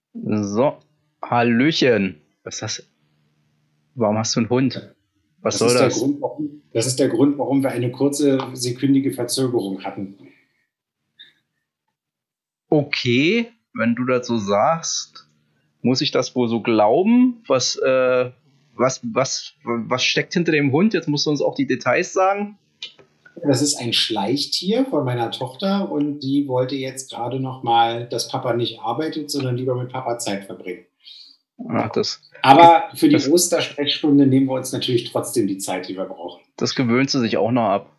So, Hallöchen. Was ist das? Warum hast du einen Hund? Was Das soll ist der das? Grund, warum wir eine kurze sekündige Verzögerung hatten. Okay, wenn du das so sagst, muss ich das wohl so glauben? Was steckt hinter dem Hund? Jetzt musst du uns auch die Details sagen. Das ist ein Schleichtier von meiner Tochter und die wollte jetzt gerade noch mal, dass Papa nicht arbeitet, sondern lieber mit Papa Zeit verbringen. Ach, Aber für die das, Ostersprechstunde nehmen wir uns natürlich trotzdem die Zeit, die wir brauchen. das gewöhnt sie sich auch noch ab.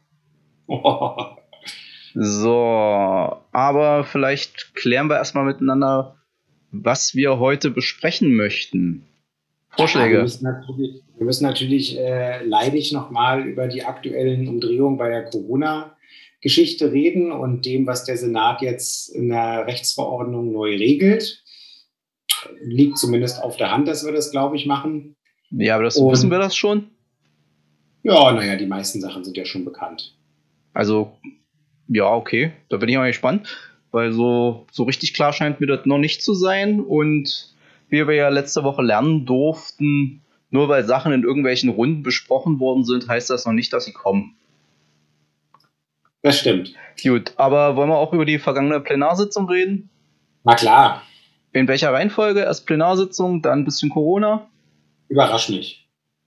So, aber vielleicht klären wir erstmal miteinander, was wir heute besprechen möchten. Ja, Vorschläge. wir müssen natürlich leidig nochmal über die aktuellen Umdrehungen bei der Corona-Geschichte reden und dem, was der Senat jetzt in der Rechtsverordnung neu regelt. Liegt zumindest auf der Hand, dass wir das, glaube ich, machen. Ja, aber das wissen wir Und das schon. ja, naja, die meisten Sachen sind ja schon bekannt. Also ja, okay. Da bin ich mal gespannt, weil so richtig klar scheint mir das noch nicht zu sein. Und wie wir ja letzte Woche lernen durften, nur weil Sachen in irgendwelchen Runden besprochen worden sind, heißt das noch nicht, dass sie kommen. Das stimmt. Gut, aber wollen wir auch über die vergangene Plenarsitzung reden? Na klar, In welcher Reihenfolge? Erst Plenarsitzung, dann ein bisschen Corona. überrasch mich.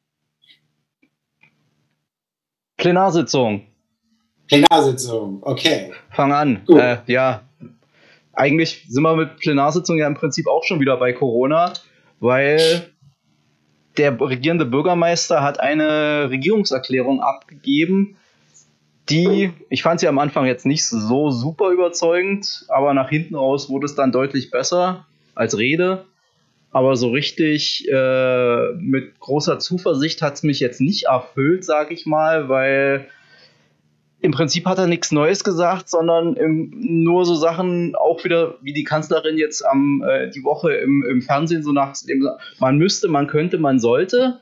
Plenarsitzung. Plenarsitzung, okay. Fang an. Gut. Ja, eigentlich sind wir mit Plenarsitzung ja im Prinzip auch schon wieder bei Corona, weil der regierende Bürgermeister hat eine Regierungserklärung abgegeben, die, ich fand sie am Anfang jetzt nicht so super überzeugend, aber nach hinten raus wurde es dann deutlich besser als Rede. Aber so richtig mit großer Zuversicht hat es mich jetzt nicht erfüllt, sag ich mal, weil im Prinzip hat er nichts Neues gesagt, sondern nur so Sachen, auch wieder wie die Kanzlerin jetzt die Woche im Fernsehen, so nach dem, man müsste, man könnte, man sollte.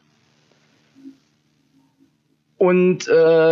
Und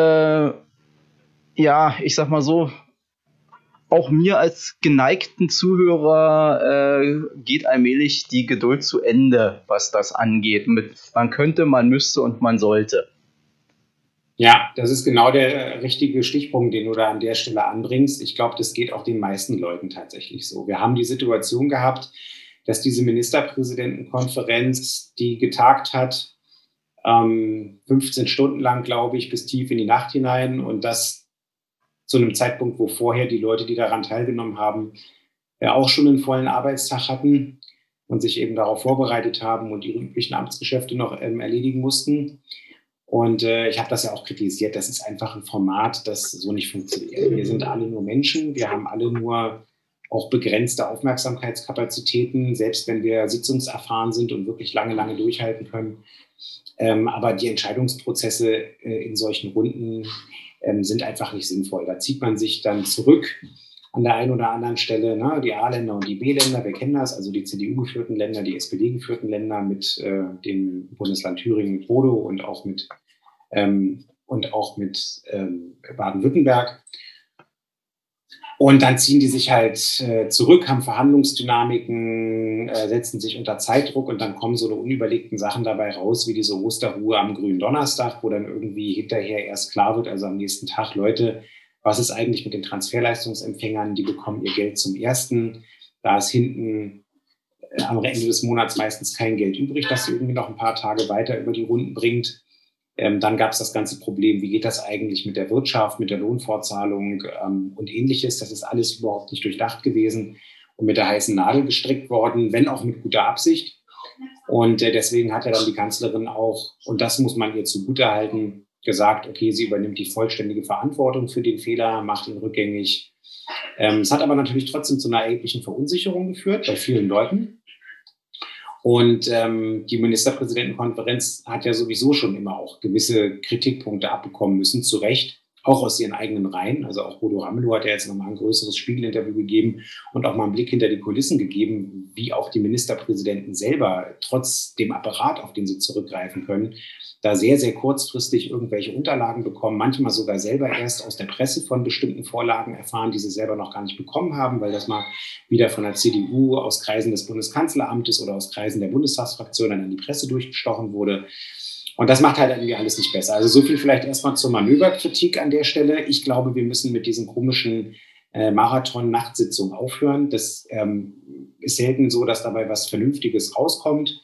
ja, ich sag mal so, auch mir als geneigten Zuhörer geht allmählich die Geduld zu Ende, was das angeht. Mit man könnte, man müsste und man sollte. Ja, das ist genau der richtige Stichpunkt, den du da an der Stelle anbringst. Ich glaube, das geht auch den meisten Leuten tatsächlich so. Wir haben die Situation gehabt, dass diese Ministerpräsidentenkonferenz, die getagt hat, 15 Stunden lang, glaube ich, bis tief in die Nacht hinein und das zu einem Zeitpunkt, wo vorher die Leute, die daran teilgenommen haben, ja auch schon einen vollen Arbeitstag hatten und sich eben darauf vorbereitet haben und ihre üblichen Amtsgeschäfte noch erledigen mussten. Und ich habe das ja auch kritisiert. Das ist einfach ein Format, das so nicht funktioniert. Wir sind alle nur Menschen. Wir haben alle nur auch begrenzte Aufmerksamkeitskapazitäten, selbst wenn wir sitzungserfahren sind und wirklich lange, lange durchhalten können. Aber die Entscheidungsprozesse in solchen Runden sind einfach nicht sinnvoll. Da zieht man sich dann zurück an der einen oder anderen Stelle, ne, die A-Länder und die B-Länder, wir kennen das, also die CDU-geführten Länder, die SPD-geführten Länder mit dem Bundesland Thüringen mit Bodo und auch mit Baden-Württemberg. Und dann ziehen die sich halt zurück, haben Verhandlungsdynamiken, setzen sich unter Zeitdruck und dann kommen so eine unüberlegten Sachen dabei raus, wie diese Osterruhe am grünen Donnerstag, wo dann irgendwie hinterher erst klar wird, also am nächsten Tag, Leute, was ist eigentlich mit den Transferleistungsempfängern? Die bekommen ihr Geld zum ersten. Da ist hinten am Ende des Monats meistens kein Geld übrig, das sie irgendwie noch ein paar Tage weiter über die Runden bringt. Dann gab es das ganze Problem, wie geht das eigentlich mit der Wirtschaft, mit der Lohnfortzahlung und ähnliches. Das ist alles überhaupt nicht durchdacht gewesen und mit der heißen Nadel gestrickt worden, wenn auch mit guter Absicht. Und deswegen hat ja dann die Kanzlerin auch, und das muss man ihr zugutehalten, gesagt, okay, sie übernimmt die vollständige Verantwortung für den Fehler, macht ihn rückgängig. Es hat aber natürlich trotzdem zu einer erheblichen Verunsicherung geführt bei vielen Leuten. Und die Ministerpräsidentenkonferenz hat ja sowieso schon immer auch gewisse Kritikpunkte abbekommen müssen, zu Recht. auch aus ihren eigenen Reihen. Also auch Bodo Ramelow hat ja jetzt nochmal ein größeres Spiegel-Interview gegeben und auch mal einen Blick hinter die Kulissen gegeben, wie auch die Ministerpräsidenten selber trotz dem Apparat, auf den sie zurückgreifen können, da sehr, sehr kurzfristig irgendwelche Unterlagen bekommen, manchmal sogar selber erst aus der Presse von bestimmten Vorlagen erfahren, die sie selber noch gar nicht bekommen haben, weil das mal wieder von der CDU aus Kreisen des Bundeskanzleramtes oder aus Kreisen der Bundestagsfraktion dann an die Presse durchgestochen wurde. Und das macht halt irgendwie alles nicht besser. Also so viel vielleicht erstmal zur Manöverkritik an der Stelle. Ich glaube, wir müssen mit diesen komischen Marathon-Nachtsitzungen aufhören. Das ist selten so, dass dabei was Vernünftiges rauskommt.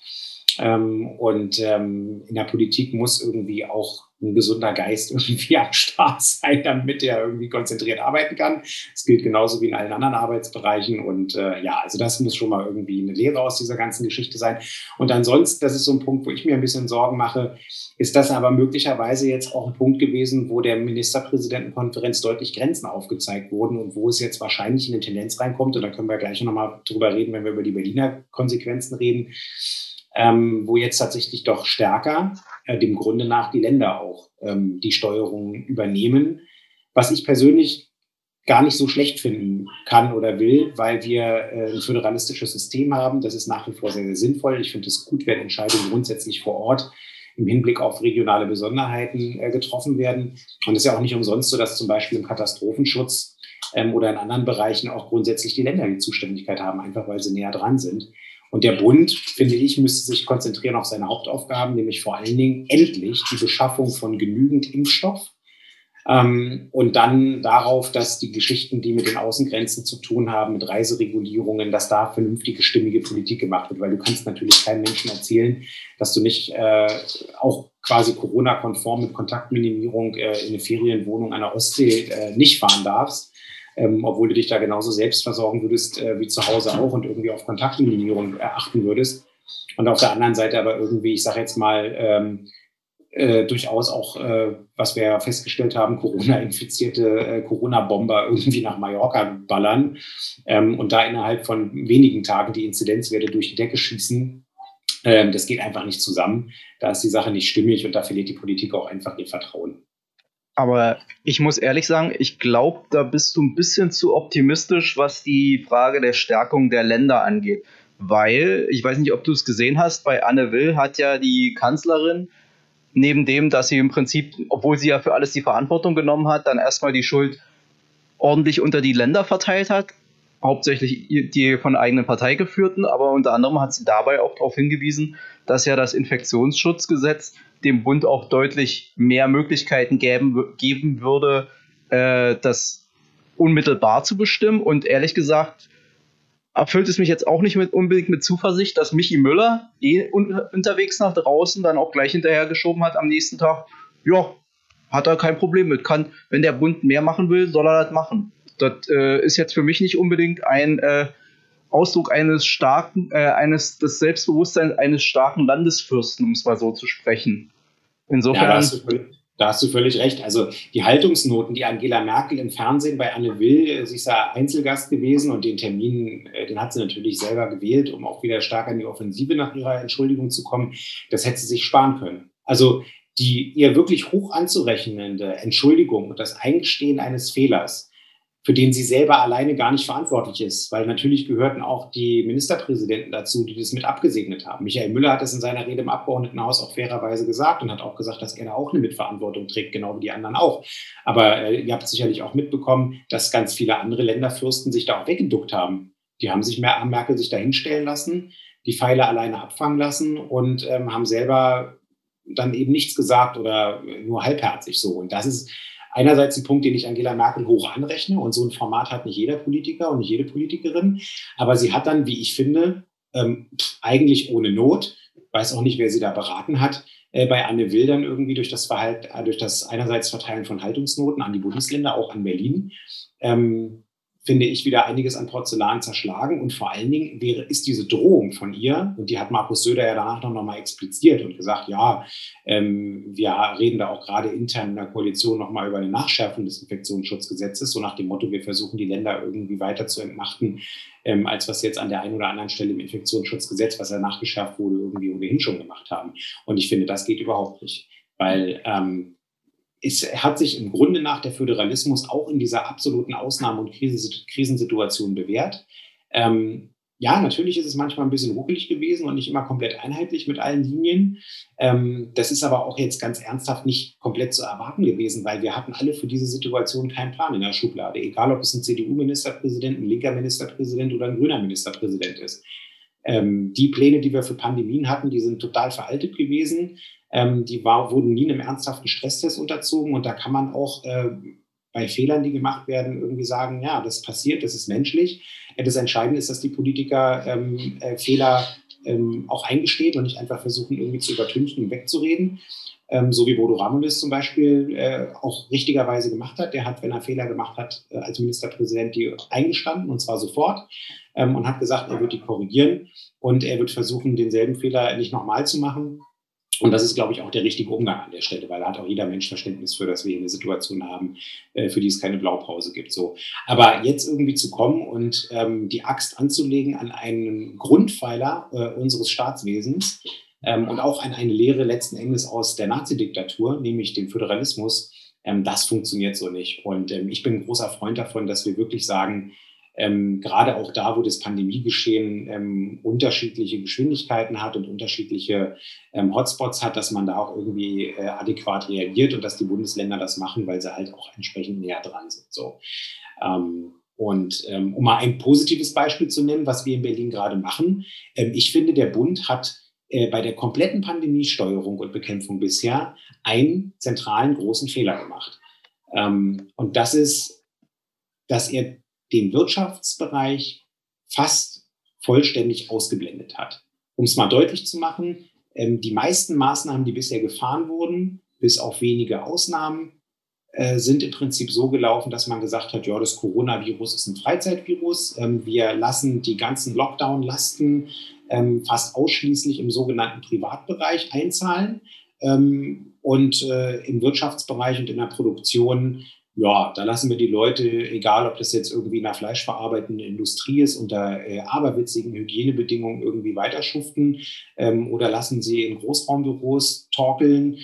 In der Politik muss irgendwie auch ein gesunder Geist irgendwie am Start sein, damit er irgendwie konzentriert arbeiten kann. Das gilt genauso wie in allen anderen Arbeitsbereichen. Und also das muss schon mal irgendwie eine Lehre aus dieser ganzen Geschichte sein. Und ansonsten, das ist so ein Punkt, wo ich mir ein bisschen Sorgen mache, ist das aber möglicherweise jetzt auch ein Punkt gewesen, wo der Ministerpräsidentenkonferenz deutlich Grenzen aufgezeigt wurden und wo es jetzt wahrscheinlich in eine Tendenz reinkommt. Und da können wir gleich noch mal drüber reden, wenn wir über die Berliner Konsequenzen reden. Wo jetzt tatsächlich doch stärker dem Grunde nach die Länder auch die Steuerung übernehmen, was ich persönlich gar nicht so schlecht finden kann oder will, weil wir ein föderalistisches System haben. Das ist nach wie vor sehr, sehr sinnvoll. Ich finde es gut, wenn Entscheidungen grundsätzlich vor Ort im Hinblick auf regionale Besonderheiten getroffen werden. Und es ist ja auch nicht umsonst so, dass zum Beispiel im Katastrophenschutz oder in anderen Bereichen auch grundsätzlich die Länder die Zuständigkeit haben, einfach weil sie näher dran sind. Und der Bund, finde ich, müsste sich konzentrieren auf seine Hauptaufgaben, nämlich vor allen Dingen endlich die Beschaffung von genügend Impfstoff und dann darauf, dass die Geschichten, die mit den Außengrenzen zu tun haben, mit Reiseregulierungen, dass da vernünftige, stimmige Politik gemacht wird. Weil du kannst natürlich keinem Menschen erzählen, dass du nicht auch quasi Corona-konform mit Kontaktminimierung in eine Ferienwohnung an der Ostsee nicht fahren darfst. Obwohl du dich da genauso selbst versorgen würdest wie zu Hause auch und irgendwie auf Kontaktminimierung achten würdest. Und auf der anderen Seite aber irgendwie, ich sage jetzt mal, durchaus auch, was wir ja festgestellt haben, Corona-infizierte Corona-Bomber irgendwie nach Mallorca ballern und da innerhalb von wenigen Tagen die Inzidenzwerte durch die Decke schießen. Das geht einfach nicht zusammen. Da ist die Sache nicht stimmig und da verliert die Politik auch einfach ihr Vertrauen. Aber ich muss ehrlich sagen, ich glaube, da bist du ein bisschen zu optimistisch, was die Frage der Stärkung der Länder angeht. Weil, ich weiß nicht, ob du es gesehen hast, bei Anne Will hat ja die Kanzlerin, neben dem, dass sie im Prinzip, obwohl sie ja für alles die Verantwortung genommen hat, dann erstmal die Schuld ordentlich unter die Länder verteilt hat, hauptsächlich die von der eigenen Partei geführten, aber unter anderem hat sie dabei auch darauf hingewiesen, dass ja das Infektionsschutzgesetz dem Bund auch deutlich mehr Möglichkeiten geben würde, das unmittelbar zu bestimmen. Und ehrlich gesagt, erfüllt es mich jetzt auch nicht unbedingt mit Zuversicht, dass Michi Müller unterwegs nach draußen dann auch gleich hinterhergeschoben hat am nächsten Tag. Ja, hat er kein Problem mit. Wenn der Bund mehr machen will, soll er das machen. Das ist jetzt für mich nicht unbedingt ein Ausdruck eines des Selbstbewusstseins eines starken Landesfürsten, um es mal so zu sprechen. Insofern. Ja, da hast du völlig recht. Also die Haltungsnoten, die Angela Merkel im Fernsehen bei Anne Will, sie ist ja Einzelgast gewesen und den Termin, den hat sie natürlich selber gewählt, um auch wieder stark an die Offensive nach ihrer Entschuldigung zu kommen. Das hätte sie sich sparen können. Also die ihr wirklich hoch anzurechnende Entschuldigung und das Eingestehen eines Fehlers, für den sie selber alleine gar nicht verantwortlich ist, weil natürlich gehörten auch die Ministerpräsidenten dazu, die das mit abgesegnet haben. Michael Müller hat das in seiner Rede im Abgeordnetenhaus auch fairerweise gesagt und hat auch gesagt, dass er da auch eine Mitverantwortung trägt, genau wie die anderen auch. Aber ihr habt sicherlich auch mitbekommen, dass ganz viele andere Länderfürsten sich da auch weggeduckt haben. Die haben Merkel sich da hinstellen lassen, die Pfeile alleine abfangen lassen und haben selber dann eben nichts gesagt oder nur halbherzig so. Und das ist einerseits ein Punkt, den ich Angela Merkel hoch anrechne, und so ein Format hat nicht jeder Politiker und nicht jede Politikerin, aber sie hat dann, wie ich finde, eigentlich ohne Not, weiß auch nicht, wer sie da beraten hat, bei Anne Will dann irgendwie durch das einerseits Verteilen von Haltungsnoten an die Bundesländer, auch an Berlin, finde ich, wieder einiges an Porzellan zerschlagen. Und vor allen Dingen ist diese Drohung von ihr, und die hat Markus Söder ja danach noch mal expliziert und gesagt, ja, wir reden da auch gerade intern in der Koalition noch mal über eine Nachschärfung des Infektionsschutzgesetzes, so nach dem Motto, wir versuchen die Länder irgendwie weiter zu entmachten, als was jetzt an der einen oder anderen Stelle im Infektionsschutzgesetz, was ja nachgeschärft wurde, irgendwie ohnehin schon gemacht haben. Und ich finde, das geht überhaupt nicht, weil es hat sich im Grunde nach der Föderalismus auch in dieser absoluten Ausnahme- und Krisensituation bewährt. Ja, natürlich ist es manchmal ein bisschen ruckelig gewesen und nicht immer komplett einheitlich mit allen Linien. Das ist aber auch jetzt ganz ernsthaft nicht komplett zu erwarten gewesen, weil wir hatten alle für diese Situation keinen Plan in der Schublade. Egal, ob es ein CDU-Ministerpräsident, ein linker Ministerpräsident oder ein grüner Ministerpräsident ist. Die Pläne, die wir für Pandemien hatten, die sind total veraltet gewesen. Wurden nie einem ernsthaften Stresstest unterzogen. Und da kann man auch bei Fehlern, die gemacht werden, irgendwie sagen, ja, das passiert, das ist menschlich. Das Entscheidende ist, dass die Politiker Fehler auch eingestehen und nicht einfach versuchen, irgendwie zu übertünchen und wegzureden. So wie Bodo Ramelow zum Beispiel auch richtigerweise gemacht hat. Der hat, wenn er Fehler gemacht hat, als Ministerpräsident die eingestanden, und zwar sofort, und hat gesagt, er wird die korrigieren und er wird versuchen, denselben Fehler nicht nochmal zu machen. Und das ist, glaube ich, auch der richtige Umgang an der Stelle, weil da hat auch jeder Mensch Verständnis für, dass wir hier eine Situation haben, für die es keine Blaupause gibt. So. Aber jetzt irgendwie zu kommen und die Axt anzulegen an einen Grundpfeiler unseres Staatswesens und auch an eine Lehre letzten Endes aus der Nazi-Diktatur, nämlich dem Föderalismus, das funktioniert so nicht. Und ich bin ein großer Freund davon, dass wir wirklich sagen, gerade auch da, wo das Pandemiegeschehen unterschiedliche Geschwindigkeiten hat und unterschiedliche Hotspots hat, dass man da auch irgendwie adäquat reagiert und dass die Bundesländer das machen, weil sie halt auch entsprechend näher dran sind. So. Um mal ein positives Beispiel zu nennen, was wir in Berlin gerade machen, ich finde, der Bund hat bei der kompletten Pandemiesteuerung und Bekämpfung bisher einen zentralen großen Fehler gemacht. Und das ist, dass er den Wirtschaftsbereich fast vollständig ausgeblendet hat. Um es mal deutlich zu machen, die meisten Maßnahmen, die bisher gefahren wurden, bis auf wenige Ausnahmen, sind im Prinzip so gelaufen, dass man gesagt hat, ja, das Coronavirus ist ein Freizeitvirus. Wir lassen die ganzen Lockdown-Lasten fast ausschließlich im sogenannten Privatbereich einzahlen. Und im Wirtschaftsbereich und in der Produktion, ja, da lassen wir die Leute, egal ob das jetzt irgendwie in der fleischverarbeitenden Industrie ist, unter aberwitzigen Hygienebedingungen irgendwie weiterschuften oder lassen sie in Großraumbüros torkeln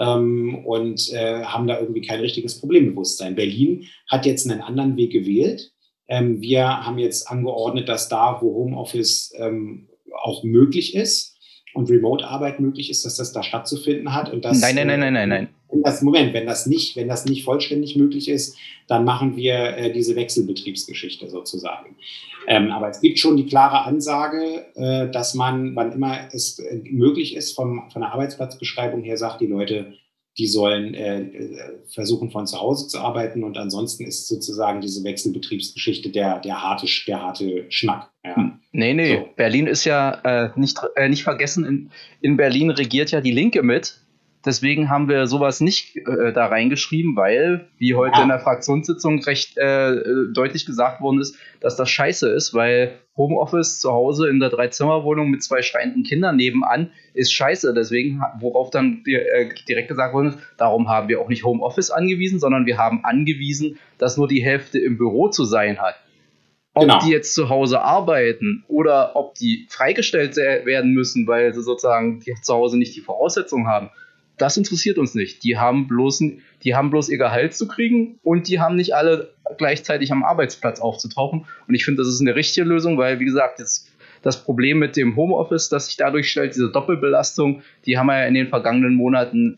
und haben da irgendwie kein richtiges Problembewusstsein. Berlin hat jetzt einen anderen Weg gewählt. Wir haben jetzt angeordnet, dass da, wo Homeoffice auch möglich ist und Remote-Arbeit möglich ist, dass das da stattzufinden hat. Und das, Nein. Wenn das nicht vollständig möglich ist, dann machen wir diese Wechselbetriebsgeschichte sozusagen. Aber es gibt schon die klare Ansage, dass man, wann immer es möglich ist, von der Arbeitsplatzbeschreibung her sagt, die Leute, die sollen versuchen, von zu Hause zu arbeiten. Und ansonsten ist sozusagen diese Wechselbetriebsgeschichte der harte Schnack. Ja. Nee. So. Berlin ist ja nicht vergessen, in Berlin regiert ja die Linke mit. Deswegen haben wir sowas nicht da reingeschrieben, weil, wie heute in der Fraktionssitzung recht deutlich gesagt worden ist, dass das scheiße ist, weil Homeoffice zu Hause in der 3-Zimmer-Wohnung mit 2 schreienden Kindern nebenan ist scheiße. Deswegen, worauf dann direkt gesagt worden ist, darum haben wir auch nicht Homeoffice angewiesen, sondern wir haben angewiesen, dass nur die Hälfte im Büro zu sein hat. Ob die jetzt zu Hause arbeiten oder ob die freigestellt werden müssen, weil sie sozusagen zu Hause nicht die Voraussetzungen haben, das interessiert uns nicht. Die haben bloß ihr Gehalt zu kriegen und die haben nicht alle gleichzeitig am Arbeitsplatz aufzutauchen. Und ich finde, das ist eine richtige Lösung, weil, wie gesagt, das Problem mit dem Homeoffice, das sich dadurch stellt, diese Doppelbelastung, die haben wir ja in den vergangenen Monaten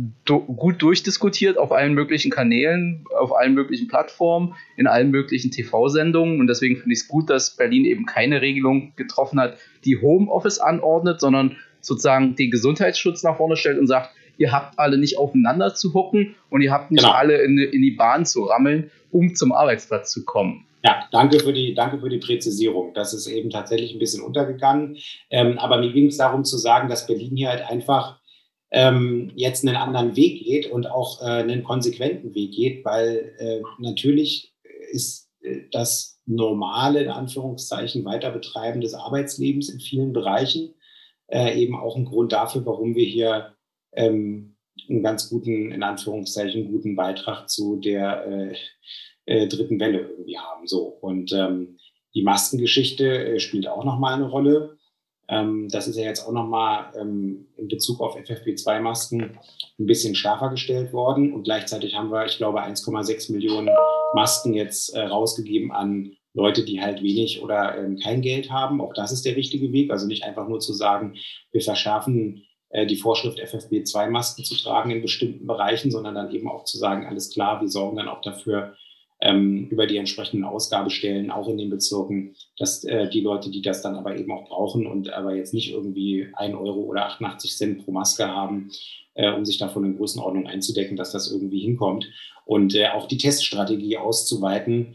gut durchdiskutiert auf allen möglichen Kanälen, auf allen möglichen Plattformen, in allen möglichen TV-Sendungen. Und deswegen finde ich es gut, dass Berlin eben keine Regelung getroffen hat, die Homeoffice anordnet, sondern sozusagen den Gesundheitsschutz nach vorne stellt und sagt, ihr habt alle nicht aufeinander zu hocken und ihr habt nicht alle in die Bahn zu rammeln, um zum Arbeitsplatz zu kommen. Ja, danke für die Präzisierung. Das ist eben tatsächlich ein bisschen untergegangen. Aber mir ging es darum zu sagen, dass Berlin hier halt einfach jetzt einen anderen Weg geht und auch einen konsequenten Weg geht, weil natürlich ist das normale, in Anführungszeichen, Weiterbetreiben des Arbeitslebens in vielen Bereichen eben auch ein Grund dafür, warum wir hier einen ganz guten, in Anführungszeichen, guten Beitrag zu der dritten Welle irgendwie haben. So. Und die Maskengeschichte spielt auch nochmal eine Rolle. Das ist ja jetzt auch nochmal in Bezug auf FFP2-Masken ein bisschen schärfer gestellt worden. Und gleichzeitig haben wir, ich glaube, 1,6 Millionen Masken jetzt rausgegeben an Leute, die halt wenig oder kein Geld haben. Auch das ist der richtige Weg. Also nicht einfach nur zu sagen, wir verschärfen die Vorschrift, FFP2-Masken zu tragen in bestimmten Bereichen, sondern dann eben auch zu sagen, alles klar, wir sorgen dann auch dafür, über die entsprechenden Ausgabestellen, auch in den Bezirken, dass die Leute, die das dann aber eben auch brauchen und aber jetzt nicht irgendwie 1 Euro oder 88 Cent pro Maske haben, um sich davon in Größenordnung einzudecken, dass das irgendwie hinkommt. Und auch die Teststrategie auszuweiten,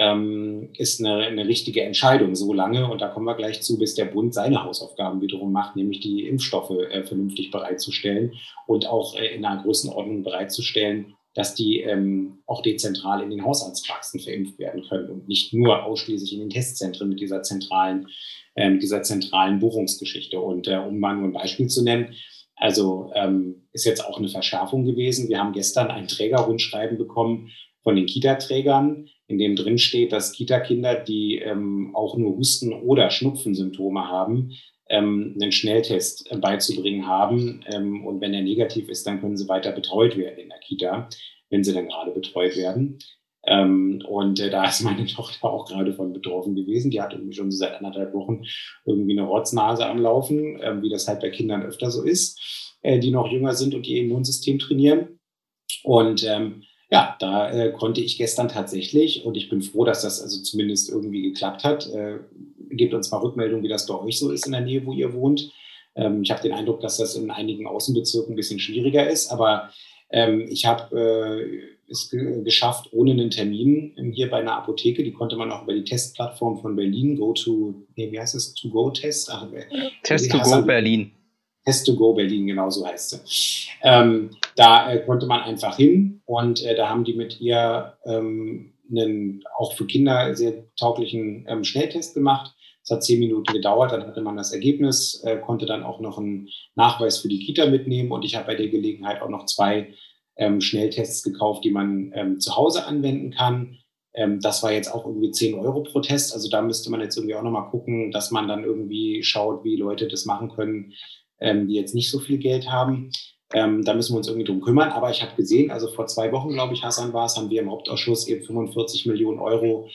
ist eine richtige Entscheidung so lange, und da kommen wir gleich zu, bis der Bund seine Hausaufgaben wiederum macht, nämlich die Impfstoffe vernünftig bereitzustellen und auch in einer Größenordnung bereitzustellen, dass die auch dezentral in den Hausarztpraxen verimpft werden können und nicht nur ausschließlich in den Testzentren mit dieser zentralen Buchungsgeschichte. Und um mal nur ein Beispiel zu nennen, also ist jetzt auch eine Verschärfung gewesen. Wir haben gestern ein Trägerrundschreiben bekommen von den Kita-Trägern, in dem drin steht, dass Kita-Kinder, die auch nur Husten- oder Schnupfensymptome haben, einen Schnelltest beizubringen haben. Und wenn er negativ ist, dann können sie weiter betreut werden in der Kita, wenn sie dann gerade betreut werden. Und da ist meine Tochter auch gerade von betroffen gewesen. Die hat irgendwie schon so seit 1,5 Wochen irgendwie eine Rotznase am Laufen, wie das halt bei Kindern öfter so ist, die noch jünger sind und ihr Immunsystem trainieren. Und ja, da konnte ich gestern tatsächlich, und ich bin froh, dass das also zumindest irgendwie geklappt hat. Gebt uns mal Rückmeldung, wie das bei euch so ist in der Nähe, wo ihr wohnt. Ich habe den Eindruck, dass das in einigen Außenbezirken ein bisschen schwieriger ist, aber ich habe es geschafft, ohne einen Termin hier bei einer Apotheke, die konnte man auch über die Testplattform von Berlin, wie heißt es, To-Go-Test? Test-to-Go Berlin. Test2Go Berlin, genau so heißt sie. Da konnte man einfach hin, und da haben die mit ihr einen auch für Kinder sehr tauglichen Schnelltest gemacht. Es hat 10 Minuten gedauert, dann hatte man das Ergebnis, konnte dann auch noch einen Nachweis für die Kita mitnehmen, und ich habe bei der Gelegenheit auch noch 2 Schnelltests gekauft, die man zu Hause anwenden kann. Das war jetzt auch irgendwie 10 Euro pro Test, also da müsste man jetzt irgendwie auch nochmal gucken, dass man dann irgendwie schaut, wie Leute das machen können, die jetzt nicht so viel Geld haben. Da müssen wir uns irgendwie drum kümmern. Aber ich habe gesehen, also vor 2 Wochen, glaube ich, Hassan war es, haben wir im Hauptausschuss eben 45 Millionen Euro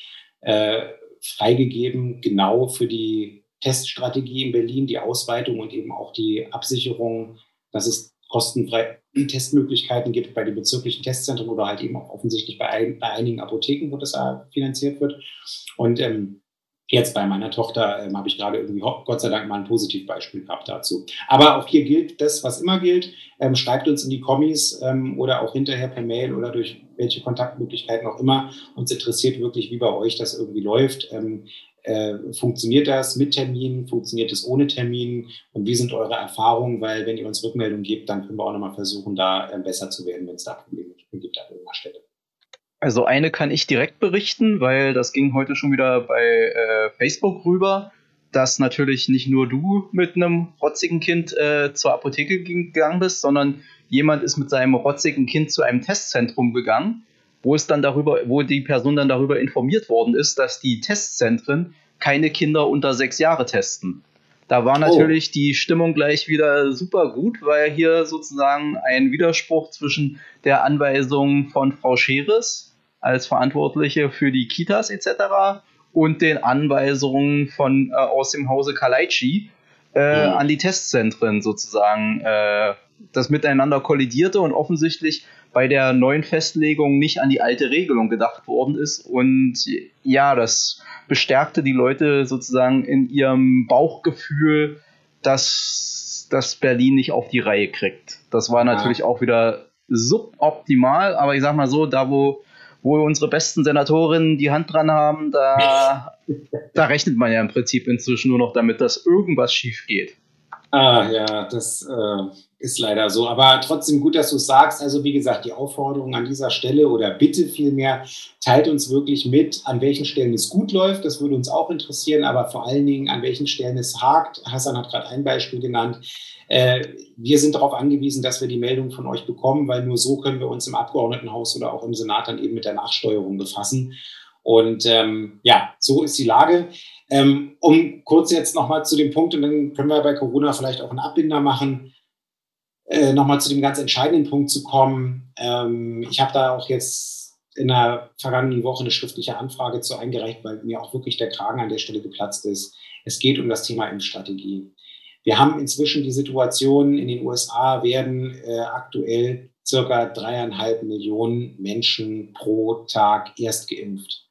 freigegeben, genau für die Teststrategie in Berlin, die Ausweitung und eben auch die Absicherung, dass es kostenfrei Testmöglichkeiten gibt bei den bezirklichen Testzentren oder halt eben auch offensichtlich bei einigen Apotheken, wo das finanziert wird. Und jetzt bei meiner Tochter habe ich gerade irgendwie Gott sei Dank mal ein Positivbeispiel gehabt dazu. Aber auch hier gilt das, was immer gilt. Schreibt uns in die Kommis oder auch hinterher per Mail oder durch welche Kontaktmöglichkeiten auch immer. Uns interessiert wirklich, wie bei euch das irgendwie läuft. Funktioniert das mit Terminen? Funktioniert es ohne Termin? Und wie sind eure Erfahrungen? Weil wenn ihr uns Rückmeldungen gebt, dann können wir auch nochmal versuchen, da besser zu werden, wenn es da Probleme gibt an irgendeiner Stelle. Also eine kann ich direkt berichten, weil das ging heute schon wieder bei Facebook rüber, dass natürlich nicht nur du mit einem rotzigen Kind zur Apotheke gegangen bist, sondern jemand ist mit seinem rotzigen Kind zu einem Testzentrum gegangen, wo die Person dann darüber informiert worden ist, dass die Testzentren keine Kinder unter 6 Jahre testen. Da war natürlich die Stimmung gleich wieder super gut, weil hier sozusagen ein Widerspruch zwischen der Anweisung von Frau Scheres als Verantwortliche für die Kitas etc. und den Anweisungen aus dem Hause Kaleitschi an die Testzentren sozusagen das miteinander kollidierte und offensichtlich bei der neuen Festlegung nicht an die alte Regelung gedacht worden ist. Und ja, das bestärkte die Leute sozusagen in ihrem Bauchgefühl, dass das Berlin nicht auf die Reihe kriegt. Das war natürlich auch wieder suboptimal, aber ich sag mal so, da wo unsere besten Senatorinnen die Hand dran haben, da rechnet man ja im Prinzip inzwischen nur noch damit, dass irgendwas schief geht. Ja, das ist leider so. Aber trotzdem gut, dass du es sagst. Also wie gesagt, die Aufforderung an dieser Stelle oder bitte vielmehr, teilt uns wirklich mit, an welchen Stellen es gut läuft. Das würde uns auch interessieren, aber vor allen Dingen, an welchen Stellen es hakt. Hassan hat gerade ein Beispiel genannt. Wir sind darauf angewiesen, dass wir die Meldung von euch bekommen, weil nur so können wir uns im Abgeordnetenhaus oder auch im Senat dann eben mit der Nachsteuerung befassen. Und ja, so ist die Lage. Um kurz jetzt nochmal zu dem Punkt, und dann können wir bei Corona vielleicht auch einen Abbinder machen, nochmal zu dem ganz entscheidenden Punkt zu kommen. Ich habe da auch jetzt in der vergangenen Woche eine schriftliche Anfrage zu eingereicht, weil mir auch wirklich der Kragen an der Stelle geplatzt ist. Es geht um das Thema Impfstrategie. Wir haben inzwischen die Situation, in den USA werden aktuell circa 3,5 Millionen Menschen pro Tag erst geimpft.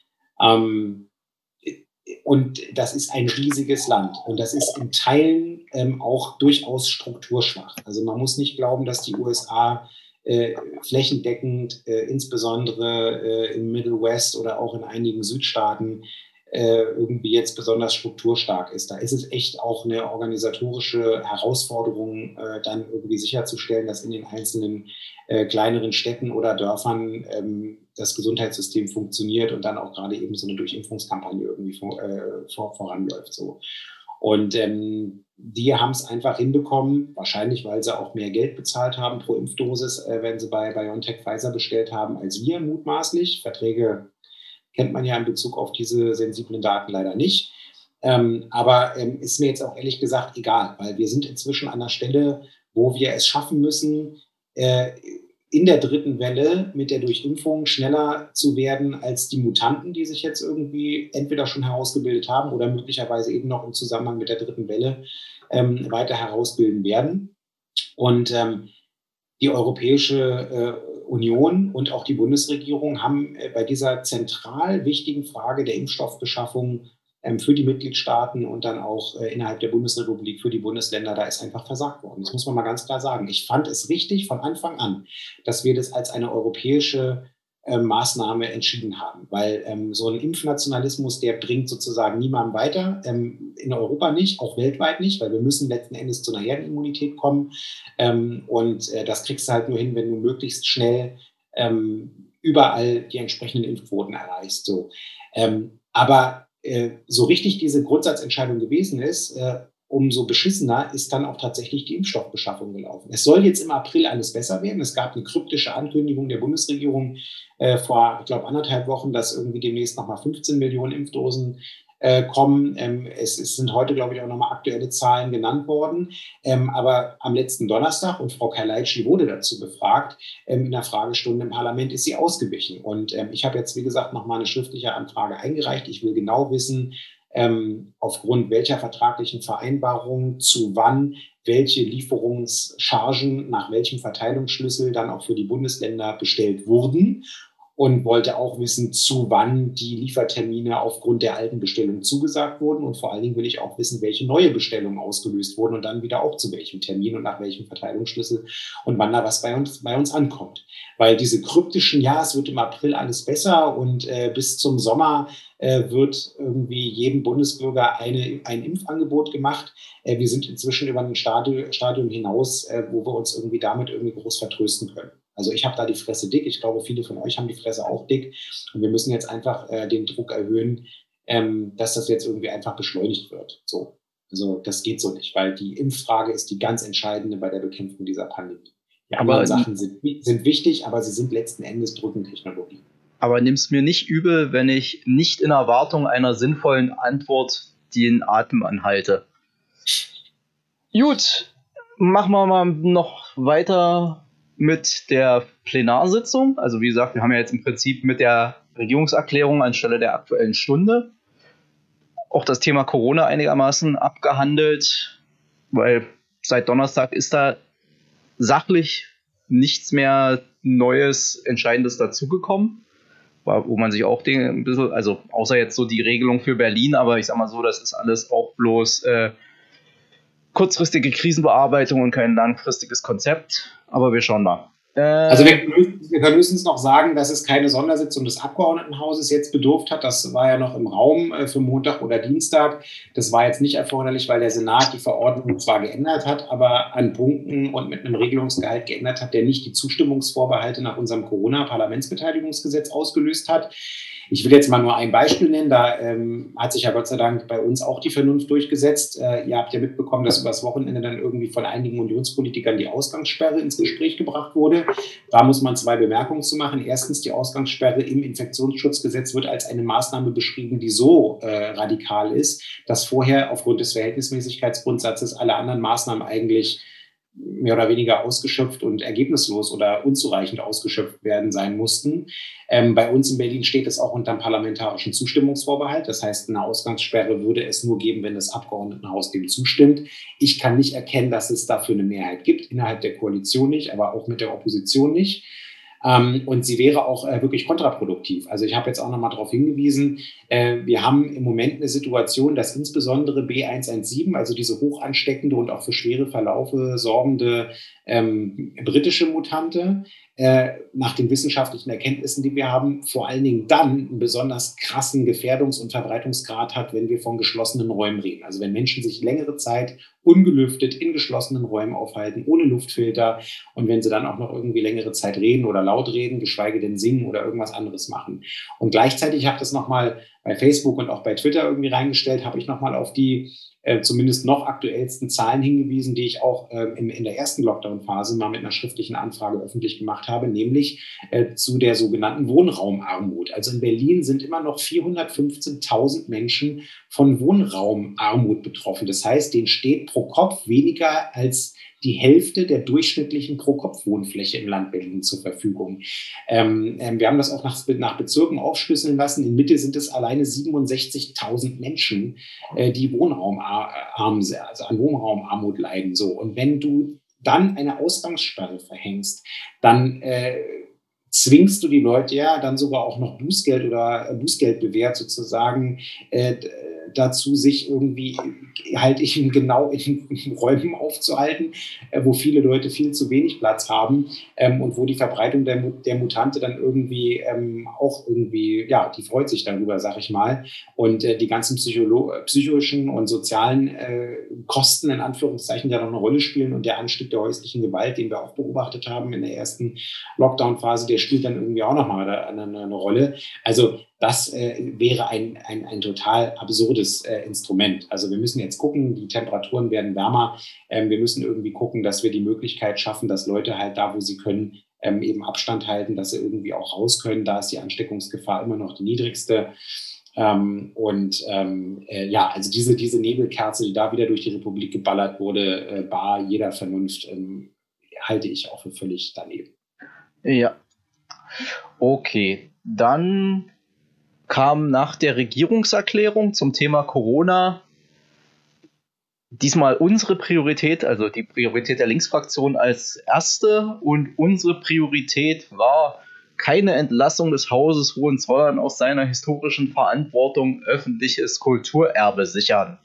Und das ist ein riesiges Land. Und das ist in Teilen auch durchaus strukturschwach. Also man muss nicht glauben, dass die USA flächendeckend, insbesondere im Middle West oder auch in einigen Südstaaten, irgendwie jetzt besonders strukturstark ist. Da ist es echt auch eine organisatorische Herausforderung, dann irgendwie sicherzustellen, dass in den einzelnen kleineren Städten oder Dörfern das Gesundheitssystem funktioniert und dann auch gerade eben so eine Durchimpfungskampagne irgendwie voranläuft. So. Und die haben es einfach hinbekommen, wahrscheinlich, weil sie auch mehr Geld bezahlt haben pro Impfdosis, wenn sie bei BioNTech Pfizer bestellt haben, als wir mutmaßlich. Verträge kennt man ja in Bezug auf diese sensiblen Daten leider nicht. Aber ist mir jetzt auch ehrlich gesagt egal, weil wir sind inzwischen an einer Stelle, wo wir es schaffen müssen, in der dritten Welle mit der Durchimpfung schneller zu werden als die Mutanten, die sich jetzt irgendwie entweder schon herausgebildet haben oder möglicherweise eben noch im Zusammenhang mit der dritten Welle weiter herausbilden werden. Und die Europäische Union und auch die Bundesregierung haben bei dieser zentral wichtigen Frage der Impfstoffbeschaffung für die Mitgliedstaaten und dann auch innerhalb der Bundesrepublik für die Bundesländer, da ist einfach versagt worden. Das muss man mal ganz klar sagen. Ich fand es richtig von Anfang an, dass wir das als eine europäische Maßnahme entschieden haben, weil so ein Impfnationalismus, der bringt sozusagen niemandem weiter, in Europa nicht, auch weltweit nicht, weil wir müssen letzten Endes zu einer Herdenimmunität kommen und das kriegst du halt nur hin, wenn du möglichst schnell überall die entsprechenden Impfquoten erreichst. So. Aber so richtig diese Grundsatzentscheidung gewesen ist, umso beschissener ist dann auch tatsächlich die Impfstoffbeschaffung gelaufen. Es soll jetzt im April alles besser werden. Es gab eine kryptische Ankündigung der Bundesregierung vor, ich glaube, 1,5 Wochen, dass irgendwie demnächst nochmal 15 Millionen Impfdosen kommen. Es sind heute, glaube ich, auch nochmal aktuelle Zahlen genannt worden. Aber am letzten Donnerstag, und Frau Kai-Leitschi wurde dazu befragt, in der Fragestunde im Parlament ist sie ausgewichen. Und ich habe jetzt, wie gesagt, nochmal eine schriftliche Anfrage eingereicht. Ich will genau wissen, aufgrund welcher vertraglichen Vereinbarung zu wann welche Lieferungschargen nach welchem Verteilungsschlüssel dann auch für die Bundesländer bestellt wurden. Und wollte auch wissen, zu wann die Liefertermine aufgrund der alten Bestellung zugesagt wurden. Und vor allen Dingen will ich auch wissen, welche neue Bestellungen ausgelöst wurden und dann wieder auch zu welchem Termin und nach welchem Verteilungsschlüssel und wann da was bei uns ankommt. Weil diese kryptischen, ja, es wird im April alles besser und bis zum Sommer wird irgendwie jedem Bundesbürger ein Impfangebot gemacht. Wir sind inzwischen über ein Stadium hinaus, wo wir uns irgendwie damit irgendwie groß vertrösten können. Also ich habe da die Fresse dick. Ich glaube, viele von euch haben die Fresse auch dick. Und wir müssen jetzt einfach den Druck erhöhen, dass das jetzt irgendwie einfach beschleunigt wird. So. Also das geht so nicht, weil die Impffrage ist die ganz entscheidende bei der Bekämpfung dieser Pandemie. Die anderen Sachen sind wichtig, aber sie sind letzten Endes Brückentechnologie. Aber nimm's mir nicht übel, wenn ich nicht in Erwartung einer sinnvollen Antwort den Atem anhalte. Gut, machen wir mal noch weiter mit der Plenarsitzung. Also wie gesagt, wir haben ja jetzt im Prinzip mit der Regierungserklärung anstelle der Aktuellen Stunde auch das Thema Corona einigermaßen abgehandelt, weil seit Donnerstag ist da sachlich nichts mehr Neues, Entscheidendes dazugekommen, wo man sich auch ein bisschen, also außer jetzt so die Regelung für Berlin, aber ich sag mal so, das ist alles auch bloß kurzfristige Krisenbearbeitung und kein langfristiges Konzept, aber wir schauen mal. Also wir können höchstens noch sagen, dass es keine Sondersitzung des Abgeordnetenhauses jetzt bedurft hat. Das war ja noch im Raum für Montag oder Dienstag. Das war jetzt nicht erforderlich, weil der Senat die Verordnung zwar geändert hat, aber an Punkten und mit einem Regelungsgehalt geändert hat, der nicht die Zustimmungsvorbehalte nach unserem Corona-Parlamentsbeteiligungsgesetz ausgelöst hat. Ich will jetzt mal nur ein Beispiel nennen, da hat sich ja Gott sei Dank bei uns auch die Vernunft durchgesetzt. Ihr habt ja mitbekommen, dass übers Wochenende dann irgendwie von einigen Unionspolitikern die Ausgangssperre ins Gespräch gebracht wurde. Da muss man 2 Bemerkungen zu machen. Erstens, die Ausgangssperre im Infektionsschutzgesetz wird als eine Maßnahme beschrieben, die so radikal ist, dass vorher aufgrund des Verhältnismäßigkeitsgrundsatzes alle anderen Maßnahmen eigentlich mehr oder weniger ausgeschöpft und ergebnislos oder unzureichend ausgeschöpft werden sein mussten. Bei uns in Berlin steht es auch unter dem parlamentarischen Zustimmungsvorbehalt. Das heißt, eine Ausgangssperre würde es nur geben, wenn das Abgeordnetenhaus dem zustimmt. Ich kann nicht erkennen, dass es dafür eine Mehrheit gibt, innerhalb der Koalition nicht, aber auch mit der Opposition nicht. Und sie wäre auch wirklich kontraproduktiv. Also ich habe jetzt auch nochmal darauf hingewiesen, wir haben im Moment eine Situation, dass insbesondere B117, also diese hoch ansteckende und auch für schwere Verlaufe sorgende britische Mutante, nach den wissenschaftlichen Erkenntnissen, die wir haben, vor allen Dingen dann einen besonders krassen Gefährdungs- und Verbreitungsgrad hat, wenn wir von geschlossenen Räumen reden. Also wenn Menschen sich längere Zeit ungelüftet in geschlossenen Räumen aufhalten, ohne Luftfilter, und wenn sie dann auch noch irgendwie längere Zeit reden oder laut reden, geschweige denn singen oder irgendwas anderes machen. Und gleichzeitig habe ich das nochmal bei Facebook und auch bei Twitter irgendwie reingestellt, habe ich nochmal auf die zumindest noch aktuellsten Zahlen hingewiesen, die ich auch in der ersten Lockdown-Phase mal mit einer schriftlichen Anfrage öffentlich gemacht habe, nämlich zu der sogenannten Wohnraumarmut. Also in Berlin sind immer noch 415.000 Menschen von Wohnraumarmut betroffen. Das heißt, denen steht pro Kopf weniger als die Hälfte der durchschnittlichen Pro-Kopf-Wohnfläche im Land Berlin zur Verfügung. Wir haben das auch nach Bezirken aufschlüsseln lassen. In Mitte sind es alleine 67.000 Menschen, die also an Wohnraumarmut leiden. So. Und wenn du dann eine Ausgangssperre verhängst, dann zwingst du die Leute ja dann sogar auch noch Bußgeld oder Bußgeld bewährt sozusagen dazu, sich irgendwie halt genau in Räumen aufzuhalten, wo viele Leute viel zu wenig Platz haben und wo die Verbreitung der Mutante dann irgendwie auch irgendwie, ja, die freut sich darüber, sag ich mal. Und die ganzen psychischen und sozialen Kosten in Anführungszeichen ja noch eine Rolle spielen und der Anstieg der häuslichen Gewalt, den wir auch beobachtet haben in der ersten Lockdown-Phase, der spielt dann irgendwie auch nochmal eine Rolle. Also das wäre ein total absurdes Instrument. Also wir müssen jetzt gucken, die Temperaturen werden wärmer. Wir müssen irgendwie gucken, dass wir die Möglichkeit schaffen, dass Leute halt da, wo sie können, eben Abstand halten, dass sie irgendwie auch raus können. Da ist die Ansteckungsgefahr immer noch die niedrigste. Ja, also diese Nebelkerze, die da wieder durch die Republik geballert wurde, bar jeder Vernunft, halte ich auch für völlig daneben. Ja. Okay, dann kam nach der Regierungserklärung zum Thema Corona diesmal unsere Priorität, also die Priorität der Linksfraktion als erste, und unsere Priorität war keine Entlassung des Hauses Hohenzollern aus seiner historischen Verantwortung, öffentliches Kulturerbe sichern.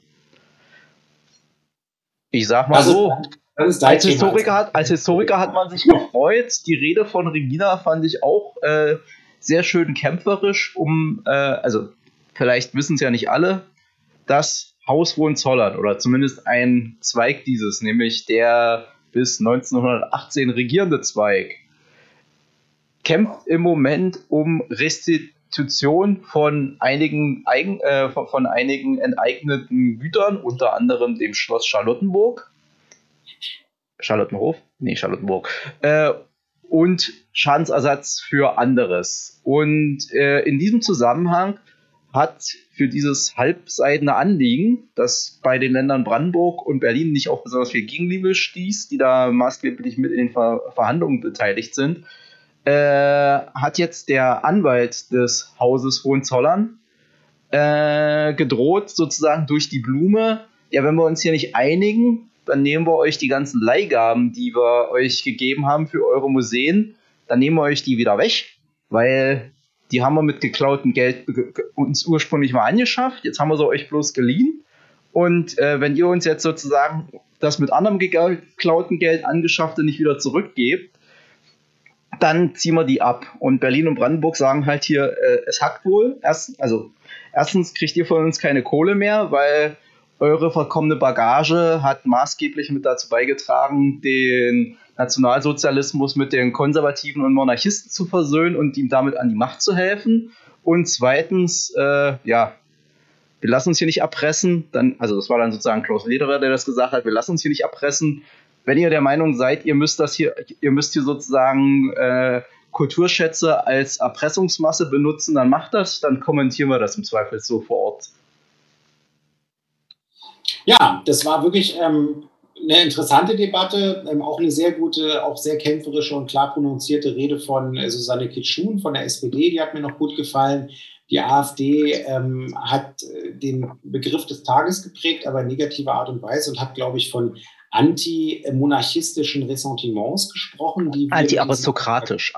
Ich sag mal so, als Historiker hat man sich gefreut. Die Rede von Regina fand ich auch sehr schön kämpferisch, also vielleicht wissen es ja nicht alle, das Haus Hohenzollern oder zumindest ein Zweig dieses, nämlich der bis 1918 regierende Zweig, kämpft im Moment um Restitution von einigen enteigneten Gütern, unter anderem dem Schloss Charlottenburg. Charlottenhof? Nee, Charlottenburg. Und Schadensersatz für anderes. Und in diesem Zusammenhang hat für dieses halbseidene Anliegen, das bei den Ländern Brandenburg und Berlin nicht auf besonders viel Gegenliebe stieß, die da maßgeblich mit in den Verhandlungen beteiligt sind, hat jetzt der Anwalt des Hauses Hohenzollern gedroht, sozusagen durch die Blume, ja, wenn wir uns hier nicht einigen, dann nehmen wir euch die ganzen Leihgaben, die wir euch gegeben haben für eure Museen, dann nehmen wir euch die wieder weg, weil die haben wir mit geklautem Geld uns ursprünglich mal angeschafft, jetzt haben wir sie euch bloß geliehen, und wenn ihr uns jetzt sozusagen das mit anderem geklauten Geld angeschaffte nicht wieder zurückgebt, dann ziehen wir die ab. Und Berlin und Brandenburg sagen halt hier, es hackt wohl. Erstens kriegt ihr von uns keine Kohle mehr, weil eure verkommene Bagage hat maßgeblich mit dazu beigetragen, den Nationalsozialismus mit den Konservativen und Monarchisten zu versöhnen und ihm damit an die Macht zu helfen. Und zweitens, wir lassen uns hier nicht erpressen. Also das war dann sozusagen Klaus Lederer, der das gesagt hat, wir lassen uns hier nicht erpressen. Wenn ihr der Meinung seid, ihr müsst hier sozusagen Kulturschätze als Erpressungsmasse benutzen, dann macht das, dann kommentieren wir das im Zweifel so vor Ort. Ja, das war wirklich eine interessante Debatte, auch eine sehr gute, auch sehr kämpferische und klar prononzierte Rede von Susanne Kitschun von der SPD, die hat mir noch gut gefallen. Die AfD hat den Begriff des Tages geprägt, aber in negativer Art und Weise und hat, glaube ich, von antimonarchistischen Ressentiments gesprochen. Antiaristokratische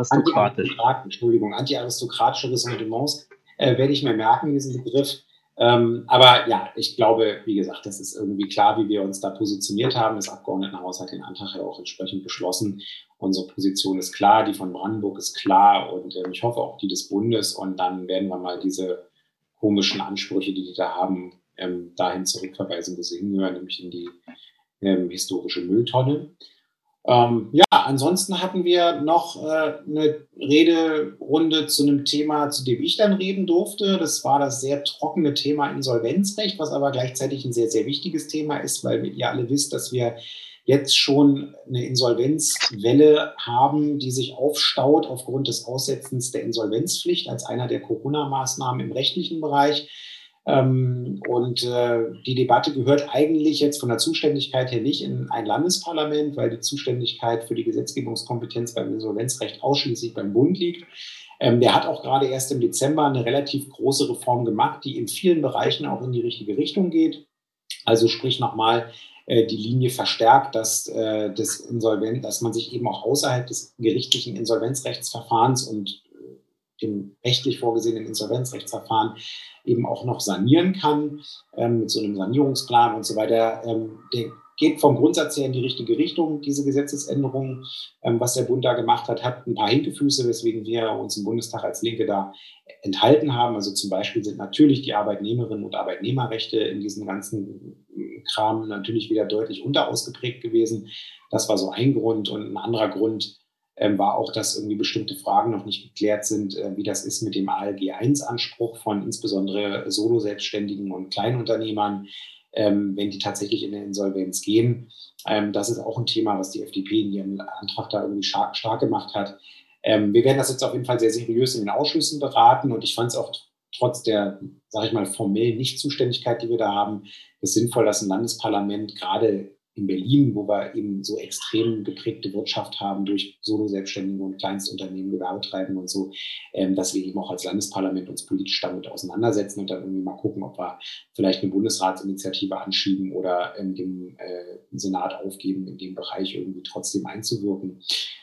Ressentiments werde ich mir merken, diesen Begriff. Aber ja, ich glaube, wie gesagt, das ist irgendwie klar, wie wir uns da positioniert haben. Das Abgeordnetenhaus hat den Antrag ja auch entsprechend beschlossen. Unsere Position ist klar, die von Brandenburg ist klar und ich hoffe auch die des Bundes. Und dann werden wir mal diese komischen Ansprüche, die da haben, dahin zurückverweisen, wo sie hingehören, nämlich in die historische Mülltonne. Ansonsten hatten wir noch eine Rederunde zu einem Thema, zu dem ich dann reden durfte. Das war das sehr trockene Thema Insolvenzrecht, was aber gleichzeitig ein sehr, sehr wichtiges Thema ist, weil ihr alle wisst, dass wir jetzt schon eine Insolvenzwelle haben, die sich aufstaut aufgrund des Aussetzens der Insolvenzpflicht als einer der Corona-Maßnahmen im rechtlichen Bereich. Die Debatte gehört eigentlich jetzt von der Zuständigkeit her nicht in ein Landesparlament, weil die Zuständigkeit für die Gesetzgebungskompetenz beim Insolvenzrecht ausschließlich beim Bund liegt. Der hat auch gerade erst im Dezember eine relativ große Reform gemacht, die in vielen Bereichen auch in die richtige Richtung geht. Also sprich nochmal die Linie verstärkt, dass man sich eben auch außerhalb des gerichtlichen Insolvenzrechtsverfahrens und dem rechtlich vorgesehenen Insolvenzrechtsverfahren eben auch noch sanieren kann, mit so einem Sanierungsplan und so weiter. Der geht vom Grundsatz her in die richtige Richtung, diese Gesetzesänderung. Was der Bund da gemacht hat, hat ein paar Hinkefüße, weswegen wir uns im Bundestag als Linke da enthalten haben. Also zum Beispiel sind natürlich die Arbeitnehmerinnen und Arbeitnehmerrechte in diesem ganzen Kram natürlich wieder deutlich unterausgeprägt gewesen. Das war so ein Grund. Und ein anderer Grund war auch, dass irgendwie bestimmte Fragen noch nicht geklärt sind, wie das ist mit dem ALG-1-Anspruch von insbesondere Solo-Selbstständigen und Kleinunternehmern, wenn die tatsächlich in eine Insolvenz gehen. Das ist auch ein Thema, was die FDP in ihrem Antrag da irgendwie stark gemacht hat. Wir werden das jetzt auf jeden Fall sehr seriös in den Ausschüssen beraten und ich fand es auch trotz der, sage ich mal, formellen Nichtzuständigkeit, die wir da haben, es sinnvoll, dass ein Landesparlament gerade in Berlin, wo wir eben so extrem geprägte Wirtschaft haben durch Solo-Selbstständige und Kleinstunternehmen, Gewerbetreibende und so, dass wir eben auch als Landesparlament uns politisch damit auseinandersetzen und dann irgendwie mal gucken, ob wir vielleicht eine Bundesratsinitiative anschieben oder dem Senat aufgeben, in dem Bereich irgendwie trotzdem einzuwirken.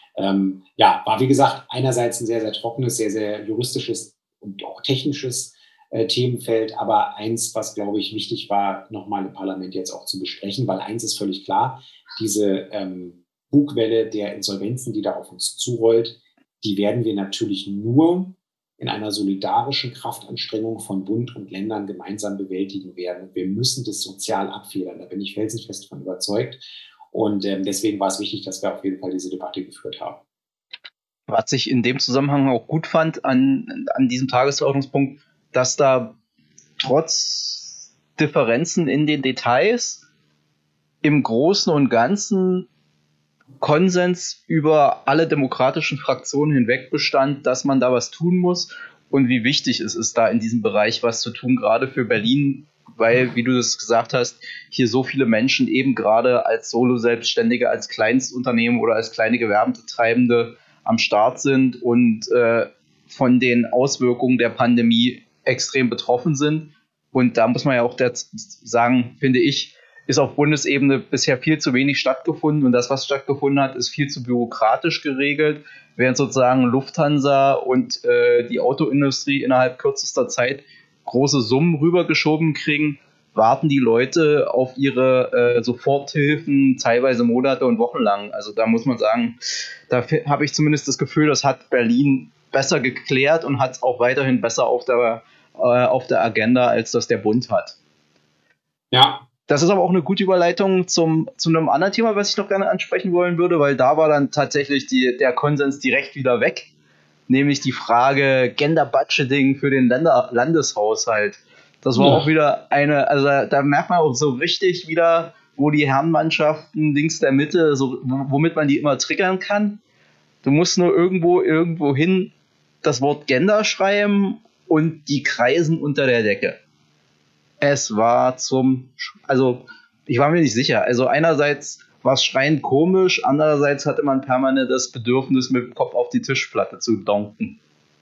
War wie gesagt einerseits ein sehr, sehr trockenes, sehr, sehr juristisches und auch technisches Themenfeld, aber eins, was, glaube ich, wichtig war, nochmal im Parlament jetzt auch zu besprechen, weil eins ist völlig klar, diese Bugwelle der Insolvenzen, die da auf uns zurollt, die werden wir natürlich nur in einer solidarischen Kraftanstrengung von Bund und Ländern gemeinsam bewältigen werden. Wir müssen das sozial abfedern, da bin ich felsenfest von überzeugt. Und deswegen war es wichtig, dass wir auf jeden Fall diese Debatte geführt haben. Was ich in dem Zusammenhang auch gut fand an diesem Tagesordnungspunkt, dass da trotz Differenzen in den Details im Großen und Ganzen Konsens über alle demokratischen Fraktionen hinweg bestand, dass man da was tun muss und wie wichtig es ist, da in diesem Bereich was zu tun, gerade für Berlin, weil, wie du das gesagt hast, hier so viele Menschen eben gerade als Solo-Selbstständige, als Kleinstunternehmen oder als kleine Gewerbetreibende am Start sind und von den Auswirkungen der Pandemie extrem betroffen sind. Und da muss man ja auch sagen, finde ich, ist auf Bundesebene bisher viel zu wenig stattgefunden. Und das, was stattgefunden hat, ist viel zu bürokratisch geregelt, während sozusagen Lufthansa und die Autoindustrie innerhalb kürzester Zeit große Summen rübergeschoben kriegen, warten die Leute auf ihre Soforthilfen teilweise Monate und Wochen lang. Also da muss man sagen, da habe ich zumindest das Gefühl, das hat Berlin besser geklärt und hat es auch weiterhin besser auf der Agenda, als das der Bund hat. Ja. Das ist aber auch eine gute Überleitung zu einem anderen Thema, was ich noch gerne ansprechen wollen würde, weil da war dann tatsächlich der Konsens direkt wieder weg. nämlich die Frage Gender Budgeting für den Landeshaushalt. Das war auch wieder also da merkt man auch so richtig wieder, wo die Herrenmannschaften links der Mitte, so, womit man die immer triggern kann. Du musst nur irgendwo hin das Wort Gender schreiben und die kreisen unter der Decke. Es war also ich war mir nicht sicher. Also einerseits war es schreiend komisch, andererseits hatte man permanent das Bedürfnis, mit dem Kopf auf die Tischplatte zu donken.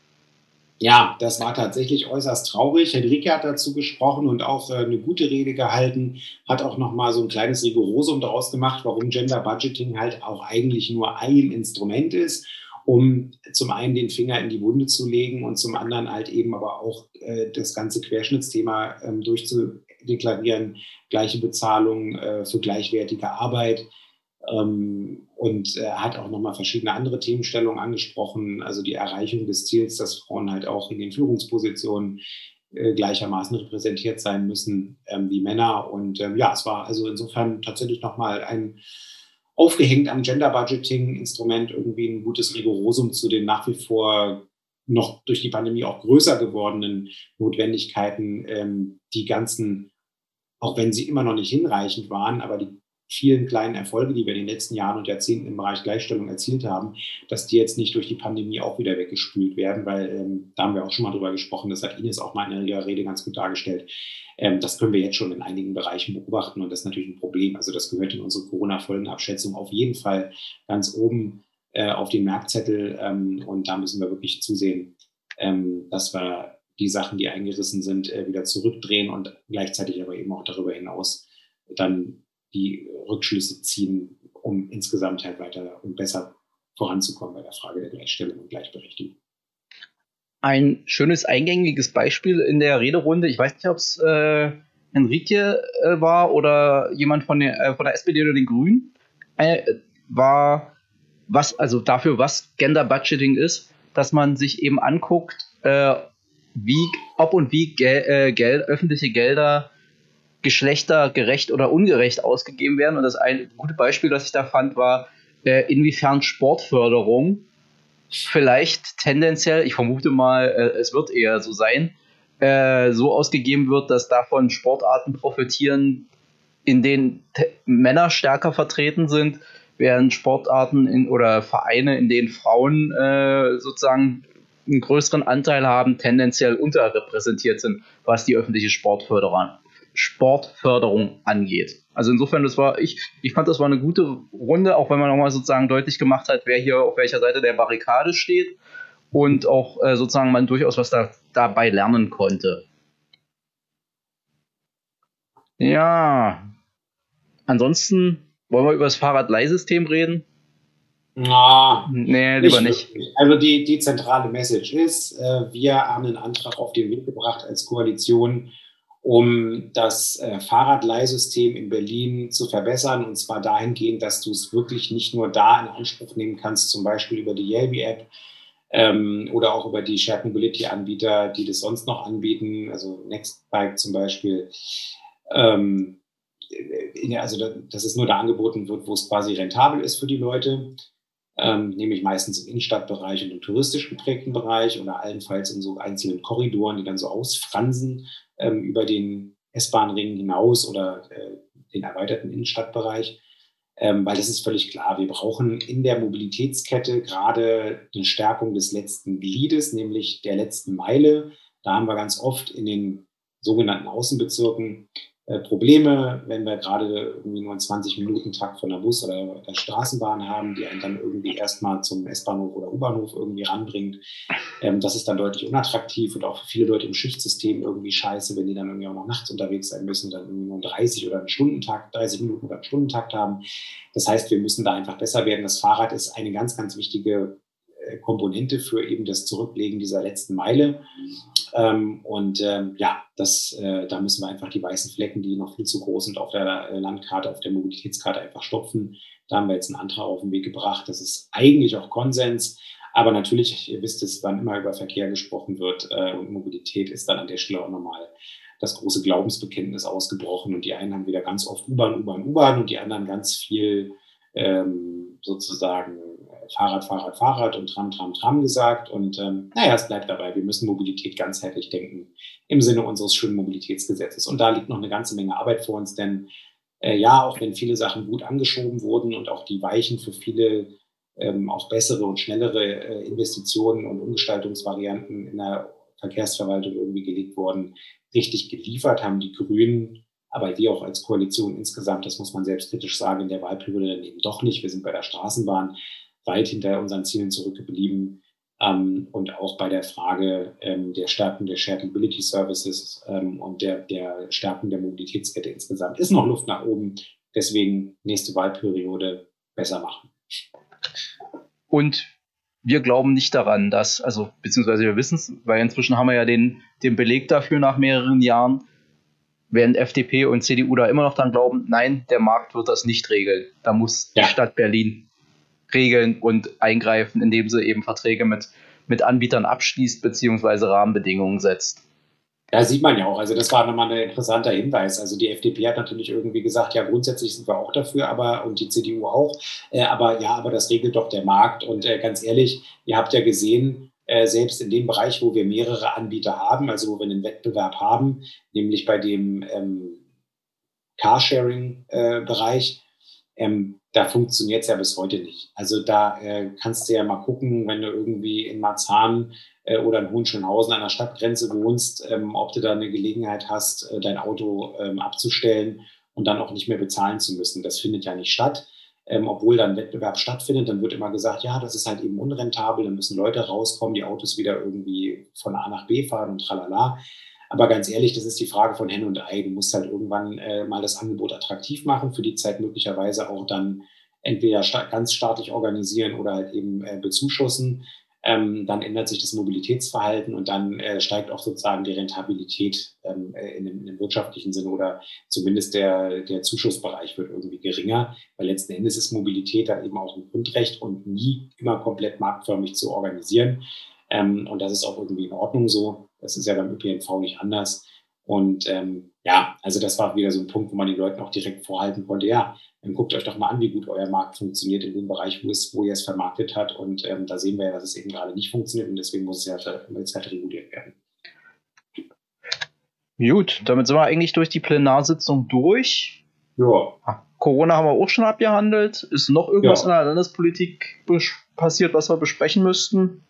Ja, das war tatsächlich äußerst traurig. Henrike hat dazu gesprochen und auch eine gute Rede gehalten, hat auch nochmal so ein kleines Rigorosum daraus gemacht, warum Gender Budgeting halt auch eigentlich nur ein Instrument ist, um zum einen den Finger in die Wunde zu legen und zum anderen halt eben aber auch das ganze Querschnittsthema durchzudeklarieren, gleiche Bezahlung für gleichwertige Arbeit. Und er hat auch nochmal verschiedene andere Themenstellungen angesprochen, also die Erreichung des Ziels, dass Frauen halt auch in den Führungspositionen gleichermaßen repräsentiert sein müssen wie Männer. Und ja, es war also insofern tatsächlich nochmal ein aufgehängt am Gender-Budgeting-Instrument irgendwie ein gutes Rigorosum zu den nach wie vor noch durch die Pandemie auch größer gewordenen Notwendigkeiten, die ganzen, auch wenn sie immer noch nicht hinreichend waren, aber die vielen kleinen Erfolge, die wir in den letzten Jahren und Jahrzehnten im Bereich Gleichstellung erzielt haben, dass die jetzt nicht durch die Pandemie auch wieder weggespült werden, weil da haben wir auch schon mal drüber gesprochen, das hat Ines auch mal in ihrer Rede ganz gut dargestellt. Das können wir jetzt schon in einigen Bereichen beobachten und das ist natürlich ein Problem. Also das gehört in unsere Corona-Folgenabschätzung auf jeden Fall ganz oben auf den Merkzettel und da müssen wir wirklich zusehen, dass wir die Sachen, die eingerissen sind, wieder zurückdrehen und gleichzeitig aber eben auch darüber hinaus dann die Rückschlüsse ziehen, um insgesamt halt weiter und besser voranzukommen bei der Frage der Gleichstellung und Gleichberechtigung. Ein schönes eingängiges Beispiel in der Rederunde, ich weiß nicht, ob es Henrike war oder jemand von der SPD oder den Grünen, war, was Gender Budgeting ist, dass man sich eben anguckt, ob und wie öffentliche Gelder geschlechtergerecht oder ungerecht ausgegeben werden. Und das ein gute Beispiel, das ich da fand, war, inwiefern Sportförderung vielleicht tendenziell, ich vermute mal, es wird eher so sein, so ausgegeben wird, dass davon Sportarten profitieren, in denen Männer stärker vertreten sind, während Sportarten oder Vereine, in denen Frauen sozusagen einen größeren Anteil haben, tendenziell unterrepräsentiert sind, was die öffentliche Sportförderung angeht. Also insofern, ich fand, das war eine gute Runde, auch wenn man nochmal sozusagen deutlich gemacht hat, wer hier auf welcher Seite der Barrikade steht und auch sozusagen man durchaus was dabei lernen konnte. Ja, ansonsten wollen wir über das Fahrradleihsystem reden? Nee, lieber nicht. Also die zentrale Message ist, wir haben einen Antrag auf den Weg gebracht als Koalition, um das Fahrradleihsystem in Berlin zu verbessern, und zwar dahingehend, dass du es wirklich nicht nur da in Anspruch nehmen kannst, zum Beispiel über die Yelby-App oder auch über die Shared Mobility-Anbieter, die das sonst noch anbieten, also Nextbike zum Beispiel. Also dass es nur da angeboten wird, wo es quasi rentabel ist für die Leute, nämlich meistens im Innenstadtbereich und im touristisch geprägten Bereich oder allenfalls in so einzelnen Korridoren, die dann so ausfransen über den S-Bahn-Ring hinaus oder den erweiterten Innenstadtbereich. Weil das ist völlig klar, wir brauchen in der Mobilitätskette gerade eine Stärkung des letzten Gliedes, nämlich der letzten Meile. Da haben wir ganz oft in den sogenannten Außenbezirken Probleme, wenn wir gerade irgendwie nur einen 20-Minuten-Takt von der Bus- oder der Straßenbahn haben, die einen dann irgendwie erstmal zum S-Bahnhof oder U-Bahnhof irgendwie ranbringt. Das ist dann deutlich unattraktiv und auch für viele Leute im Schichtsystem irgendwie scheiße, wenn die dann irgendwie auch noch nachts unterwegs sein müssen und dann irgendwie nur einen 30 Minuten oder einen Stundentakt haben. Das heißt, wir müssen da einfach besser werden. Das Fahrrad ist eine ganz, ganz wichtige Komponente für eben das Zurücklegen dieser letzten Meile. Da müssen wir einfach die weißen Flecken, die noch viel zu groß sind auf der Landkarte, auf der Mobilitätskarte einfach stopfen. Da haben wir jetzt einen Antrag auf den Weg gebracht. Das ist eigentlich auch Konsens. Aber natürlich, ihr wisst es, wann immer über Verkehr gesprochen wird und Mobilität, ist dann an der Stelle auch nochmal das große Glaubensbekenntnis ausgebrochen. Und die einen haben wieder ganz oft U-Bahn und die anderen ganz viel sozusagen Fahrrad, Fahrrad, Fahrrad und Tram, Tram, Tram gesagt. Und es bleibt dabei. Wir müssen Mobilität ganzheitlich denken im Sinne unseres schönen Mobilitätsgesetzes. Und da liegt noch eine ganze Menge Arbeit vor uns, denn auch wenn viele Sachen gut angeschoben wurden und auch die Weichen für viele auch bessere und schnellere Investitionen und Umgestaltungsvarianten in der Verkehrsverwaltung irgendwie gelegt wurden, richtig geliefert haben die Grünen, aber wir auch als Koalition insgesamt, das muss man selbstkritisch sagen, in der Wahlperiode dann eben doch nicht. Wir sind bei der Straßenbahn weit hinter unseren Zielen zurückgeblieben und auch bei der Frage der Stärkung der Shared Mobility Services und der Stärkung der Mobilitätskette insgesamt ist noch Luft nach oben. Deswegen nächste Wahlperiode besser machen. Und wir glauben nicht daran, beziehungsweise wir wissen es, weil inzwischen haben wir ja den Beleg dafür nach mehreren Jahren, während FDP und CDU da immer noch dran glauben, nein, der Markt wird das nicht regeln. Da muss die Stadt Berlin regeln und eingreifen, indem sie eben Verträge mit Anbietern abschließt, beziehungsweise Rahmenbedingungen setzt. Ja, sieht man ja auch. Also das war nochmal ein interessanter Hinweis. Also die FDP hat natürlich irgendwie gesagt, ja, grundsätzlich sind wir auch dafür, und die CDU auch. Aber das regelt doch der Markt. Und ganz ehrlich, ihr habt ja gesehen, selbst in dem Bereich, wo wir mehrere Anbieter haben, also wo wir einen Wettbewerb haben, nämlich bei dem Carsharing-Bereich, da funktioniert es ja bis heute nicht. Also da kannst du ja mal gucken, wenn du irgendwie in Marzahn oder in Hohenschönhausen an der Stadtgrenze wohnst, ob du da eine Gelegenheit hast, dein Auto abzustellen und dann auch nicht mehr bezahlen zu müssen. Das findet ja nicht statt. Obwohl dann Wettbewerb stattfindet, dann wird immer gesagt, ja, das ist halt eben unrentabel, dann müssen Leute rauskommen, die Autos wieder irgendwie von A nach B fahren und tralala. Aber ganz ehrlich, das ist die Frage von Hen und Ei. Du musst halt irgendwann mal das Angebot attraktiv machen, für die Zeit möglicherweise auch dann entweder ganz staatlich organisieren oder halt eben bezuschussen. Dann ändert sich das Mobilitätsverhalten und dann steigt auch sozusagen die Rentabilität in dem wirtschaftlichen Sinne oder zumindest der Zuschussbereich wird irgendwie geringer, weil letzten Endes ist Mobilität dann eben auch ein Grundrecht und nie immer komplett marktförmig zu organisieren. Und das ist auch irgendwie in Ordnung so. Das ist ja beim ÖPNV nicht anders. Und also das war wieder so ein Punkt, wo man den Leuten auch direkt vorhalten konnte, ja, dann guckt euch doch mal an, wie gut euer Markt funktioniert in dem Bereich, wo ihr es vermarktet hat. Und da sehen wir ja, dass es eben gerade nicht funktioniert und deswegen muss es ja jetzt halt reguliert werden. Gut, damit sind wir eigentlich durch die Plenarsitzung durch. Ja. Corona haben wir auch schon abgehandelt. Ist noch irgendwas in der Landespolitik passiert, was wir besprechen müssten?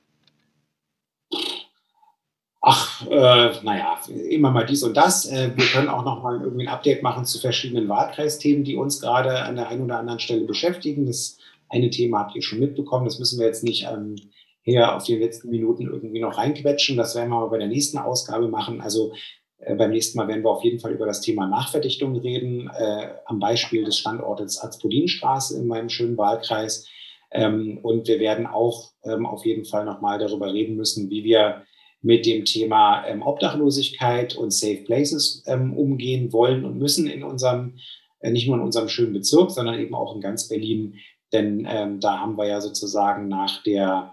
Immer mal dies und das. Wir können auch noch mal irgendwie ein Update machen zu verschiedenen Wahlkreisthemen, die uns gerade an der einen oder anderen Stelle beschäftigen. Das eine Thema habt ihr schon mitbekommen. Das müssen wir jetzt nicht hier auf die letzten Minuten irgendwie noch reinquetschen. Das werden wir aber bei der nächsten Ausgabe machen. Also beim nächsten Mal werden wir auf jeden Fall über das Thema Nachverdichtung reden, am Beispiel des Standortes Arzpolinstraße in meinem schönen Wahlkreis. Und wir werden auch auf jeden Fall noch mal darüber reden müssen, wie wir mit dem Thema Obdachlosigkeit und Safe Places umgehen wollen und müssen in unserem, nicht nur in unserem schönen Bezirk, sondern eben auch in ganz Berlin. Denn da haben wir ja sozusagen nach der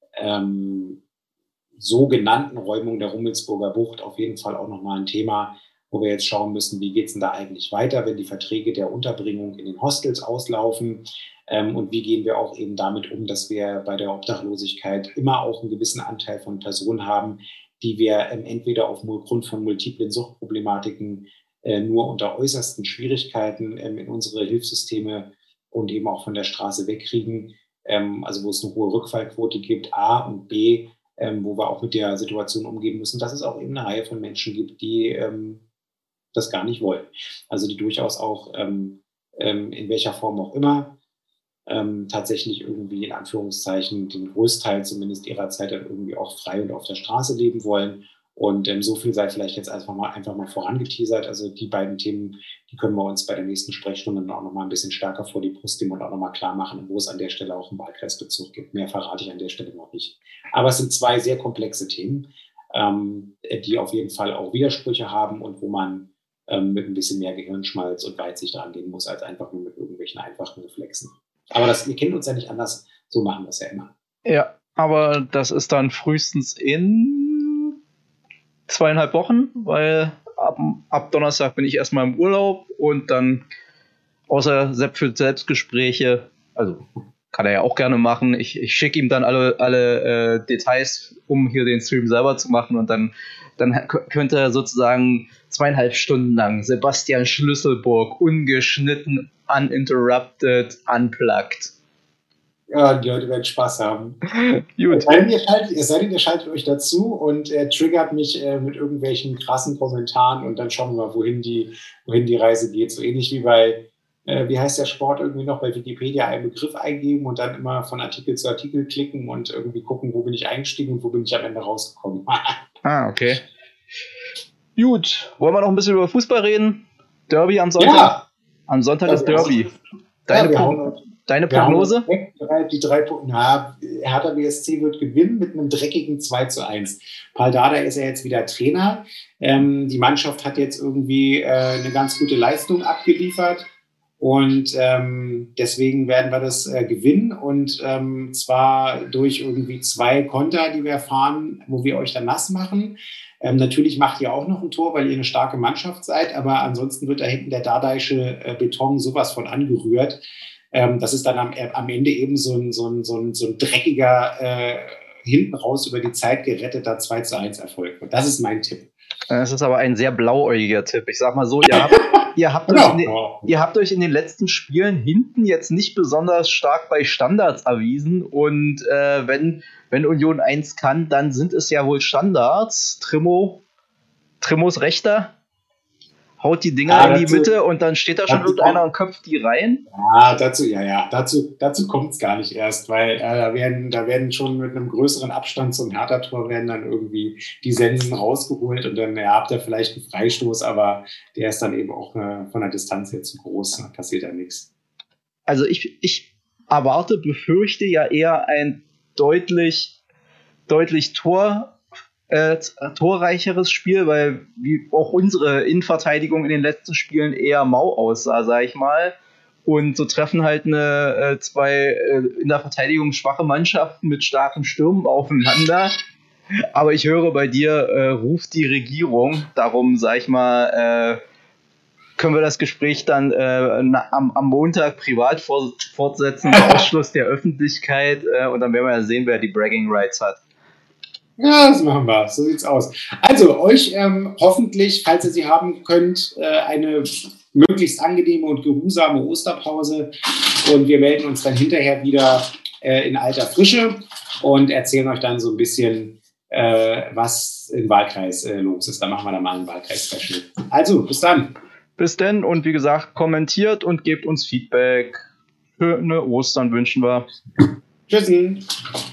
sogenannten Räumung der Rummelsburger Bucht auf jeden Fall auch nochmal ein Thema, wo wir jetzt schauen müssen, wie geht es denn da eigentlich weiter, wenn die Verträge der Unterbringung in den Hostels auslaufen. Und wie gehen wir auch eben damit um, dass wir bei der Obdachlosigkeit immer auch einen gewissen Anteil von Personen haben, die wir entweder aufgrund von multiplen Suchtproblematiken nur unter äußersten Schwierigkeiten in unsere Hilfssysteme und eben auch von der Straße wegkriegen, also wo es eine hohe Rückfallquote gibt, A, und B, wo wir auch mit der Situation umgehen müssen, dass es auch eben eine Reihe von Menschen gibt, die das gar nicht wollen. Also die durchaus auch in welcher Form auch immer tatsächlich irgendwie in Anführungszeichen den Großteil zumindest ihrer Zeit dann irgendwie auch frei und auf der Straße leben wollen. Und so viel sei vielleicht jetzt einfach mal vorangeteasert. Also die beiden Themen, die können wir uns bei der nächsten Sprechstunde dann auch noch mal ein bisschen stärker vor die Brust nehmen und auch noch mal klar machen, wo es an der Stelle auch einen Wahlkreisbezug gibt. Mehr verrate ich an der Stelle noch nicht. Aber es sind zwei sehr komplexe Themen, die auf jeden Fall auch Widersprüche haben und wo man mit ein bisschen mehr Gehirnschmalz und Weitsicht rangehen muss, als einfach nur mit irgendwelchen einfachen Reflexen. Aber ihr kennt uns ja nicht anders, so machen wir es ja immer. Ja, aber das ist dann frühestens in 2,5 Wochen, weil ab Donnerstag bin ich erstmal im Urlaub und dann außer für Selbstgespräche, also Kann er ja auch gerne machen. Ich schicke ihm dann alle Details, um hier den Stream selber zu machen und dann könnte er sozusagen 2,5 Stunden lang Sebastian Schlüsselburg ungeschnitten, uninterrupted, unplugged. Ja, die Leute werden Spaß haben. Gut. Es sei denn, ihr schaltet euch dazu und triggert mich mit irgendwelchen krassen Kommentaren und dann schauen wir mal, wohin die Reise geht. So ähnlich wie bei, wie heißt der Sport irgendwie noch, bei Wikipedia einen Begriff eingeben und dann immer von Artikel zu Artikel klicken und irgendwie gucken, wo bin ich eingestiegen und wo bin ich am Ende rausgekommen. Okay. Gut, wollen wir noch ein bisschen über Fußball reden? Derby am Sonntag? Ja. Am Sonntag ist Derby. Deine Prognose? Die 3 Punkte. Ja, Hertha BSC wird gewinnen mit einem dreckigen 2:1. Paul Dardai ist ja jetzt wieder Trainer. Die Mannschaft hat jetzt irgendwie eine ganz gute Leistung abgeliefert. Und deswegen werden wir das gewinnen. Und zwar durch irgendwie 2 Konter, die wir fahren, wo wir euch dann nass machen. Natürlich macht ihr auch noch ein Tor, weil ihr eine starke Mannschaft seid. Aber ansonsten wird da hinten der Dardaische Beton sowas von angerührt. Das ist dann am Ende eben so ein dreckiger, hinten raus über die Zeit geretteter 2:1 Erfolg. Und das ist mein Tipp. Das ist aber ein sehr blauäugiger Tipp. Ich sag mal so, ihr habt euch in den letzten Spielen hinten jetzt nicht besonders stark bei Standards erwiesen. Und wenn Union 1 kann, dann sind es ja wohl Standards. Trimmos Rechter haut die Dinger in die Mitte und dann steht da schon irgendeiner und köpft die rein. Dazu kommt es gar nicht erst, weil da werden schon mit einem größeren Abstand zum Hertha-Tor werden dann irgendwie die Sensen rausgeholt und dann habt ihr vielleicht einen Freistoß, aber der ist dann eben auch von der Distanz her zu groß, da passiert ja nichts. Also ich befürchte ja eher ein deutlich torreicheres Spiel, weil wie auch unsere Innenverteidigung in den letzten Spielen eher mau aussah, sag ich mal. Und so treffen halt zwei in der Verteidigung schwache Mannschaften mit starken Stürmen aufeinander. Aber ich höre bei dir, ruft die Regierung. Darum, sag ich mal, können wir das Gespräch dann am Montag privat fortsetzen, unter Ausschluss der Öffentlichkeit. Und dann werden wir ja sehen, wer die Bragging Rights hat. Ja, das machen wir. So sieht's aus. Also euch hoffentlich, falls ihr sie haben könnt, eine möglichst angenehme und geruhsame Osterpause. Und wir melden uns dann hinterher wieder in alter Frische und erzählen euch dann so ein bisschen, was im Wahlkreis los ist. Da machen wir dann mal einen Wahlkreis-Special. Also, bis dann. Bis denn und wie gesagt, kommentiert und gebt uns Feedback. Schöne Ostern wünschen wir. Tschüssen.